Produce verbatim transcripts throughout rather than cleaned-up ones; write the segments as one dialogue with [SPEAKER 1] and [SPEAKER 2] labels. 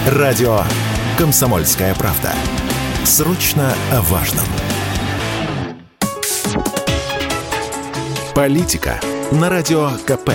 [SPEAKER 1] Радио «Комсомольская правда». Срочно о важном. Политика на Радио КП.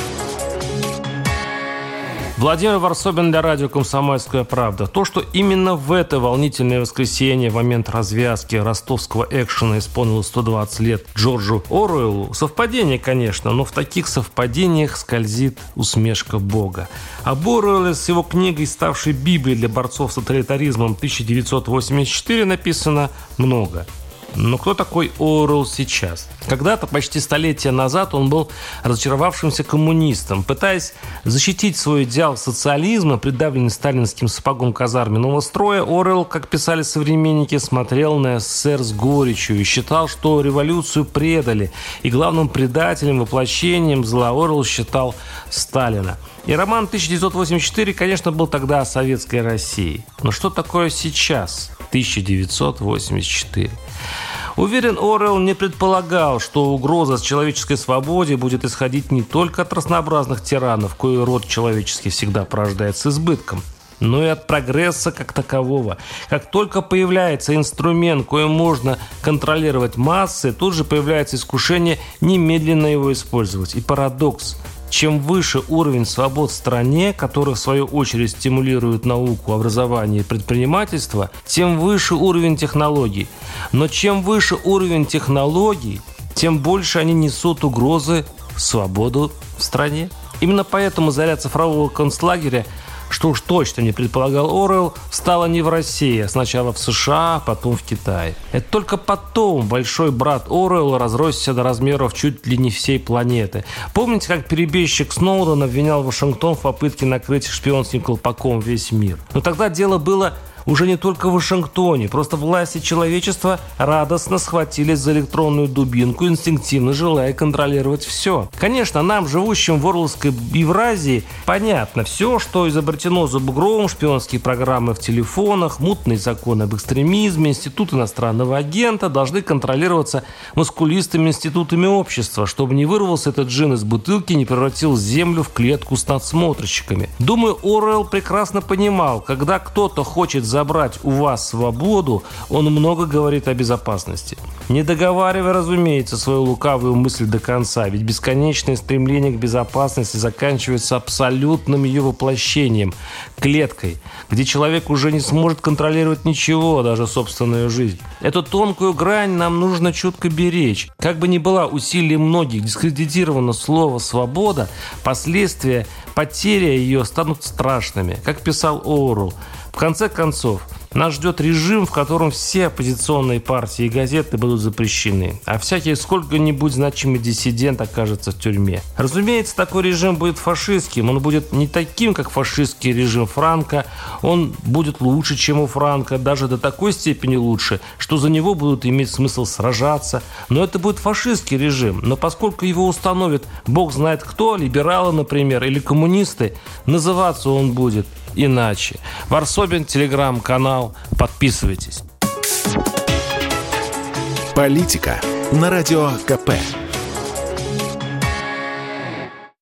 [SPEAKER 2] Владимир Варсобин для радио «Комсомольская правда». То, что именно в это волнительное воскресенье, в момент развязки ростовского экшена, исполнилось сто двадцать лет Джорджу Оруэллу, совпадение, конечно, но в таких совпадениях скользит усмешка Бога. Об Оруэлле с его книгой, ставшей Библией для борцов с тоталитаризмом, тысяча девятьсот восемьдесят четыре, написано много. Но кто такой Оруэлл сейчас? Когда-то, почти столетия назад, он был разочаровавшимся коммунистом. Пытаясь защитить свой идеал социализма, придавленный сталинским сапогом казарменного строя, Оруэлл, как писали современники, смотрел на СССР с горечью и считал, что революцию предали. И главным предателем, воплощением зла Оруэлл считал Сталина. И роман тысяча девятьсот восемьдесят четыре, конечно, был тогда о советской России. Но что такое сейчас, тысяча девятьсот восемьдесят четыре? Уверен, Оруэлл не предполагал, что угроза человеческой свободе будет исходить не только от разнообразных тиранов, кой род человеческий всегда порождает с избытком, но и от прогресса как такового. Как только появляется инструмент, коим можно контролировать массы, тут же появляется искушение немедленно его использовать. И парадокс. Чем выше уровень свобод в стране, который в свою очередь стимулирует науку, образование и предпринимательство, тем выше уровень технологий. Но чем выше уровень технологий, тем больше они несут угрозы свободу в стране. Именно поэтому заря цифрового концлагеря, что уж точно не предполагал Оруэлл, стала не в России, а сначала в США, а потом в Китае. Это только потом большой брат Оруэлла разросся до размеров чуть ли не всей планеты. Помните, как перебежчик Сноуден обвинял Вашингтон в попытке накрыть шпионским колпаком весь мир? Но тогда дело было уже не только в Вашингтоне. Просто власти человечества радостно схватились за электронную дубинку, инстинктивно желая контролировать все. Конечно, нам, живущим в Оруэлловской Евразии, понятно все, что изобретено за бугром, шпионские программы в телефонах, мутные законы об экстремизме, институт иностранного агента должны контролироваться мускулистыми институтами общества, чтобы не вырвался этот джин из бутылки, не превратил землю в клетку с надсмотрщиками. Думаю, Оруэлл прекрасно понимал, когда кто-то хочет забрать у вас свободу, он много говорит о безопасности. Не договаривая, разумеется, свою лукавую мысль до конца, ведь бесконечное стремление к безопасности заканчивается абсолютным ее воплощением, клеткой, где человек уже не сможет контролировать ничего, даже собственную жизнь. Эту тонкую грань нам нужно чутко беречь. Как бы ни было усилием многих дискредитировано слово «свобода», последствия, потеря ее станут страшными, как писал Оруэлл. В конце концов, нас ждет режим, в котором все оппозиционные партии и газеты будут запрещены, а всякий сколько-нибудь значимый диссидент окажется в тюрьме. Разумеется, такой режим будет фашистским, он будет не таким, как фашистский режим Франко, он будет лучше, чем у Франко, даже до такой степени лучше, что за него будут иметь смысл сражаться, но это будет фашистский режим, но поскольку его установит бог знает кто, либералы, например, или коммунисты, называться он будет иначе. Варсобин, телеграм-канал. Подписывайтесь.
[SPEAKER 1] Политика на Радио КП.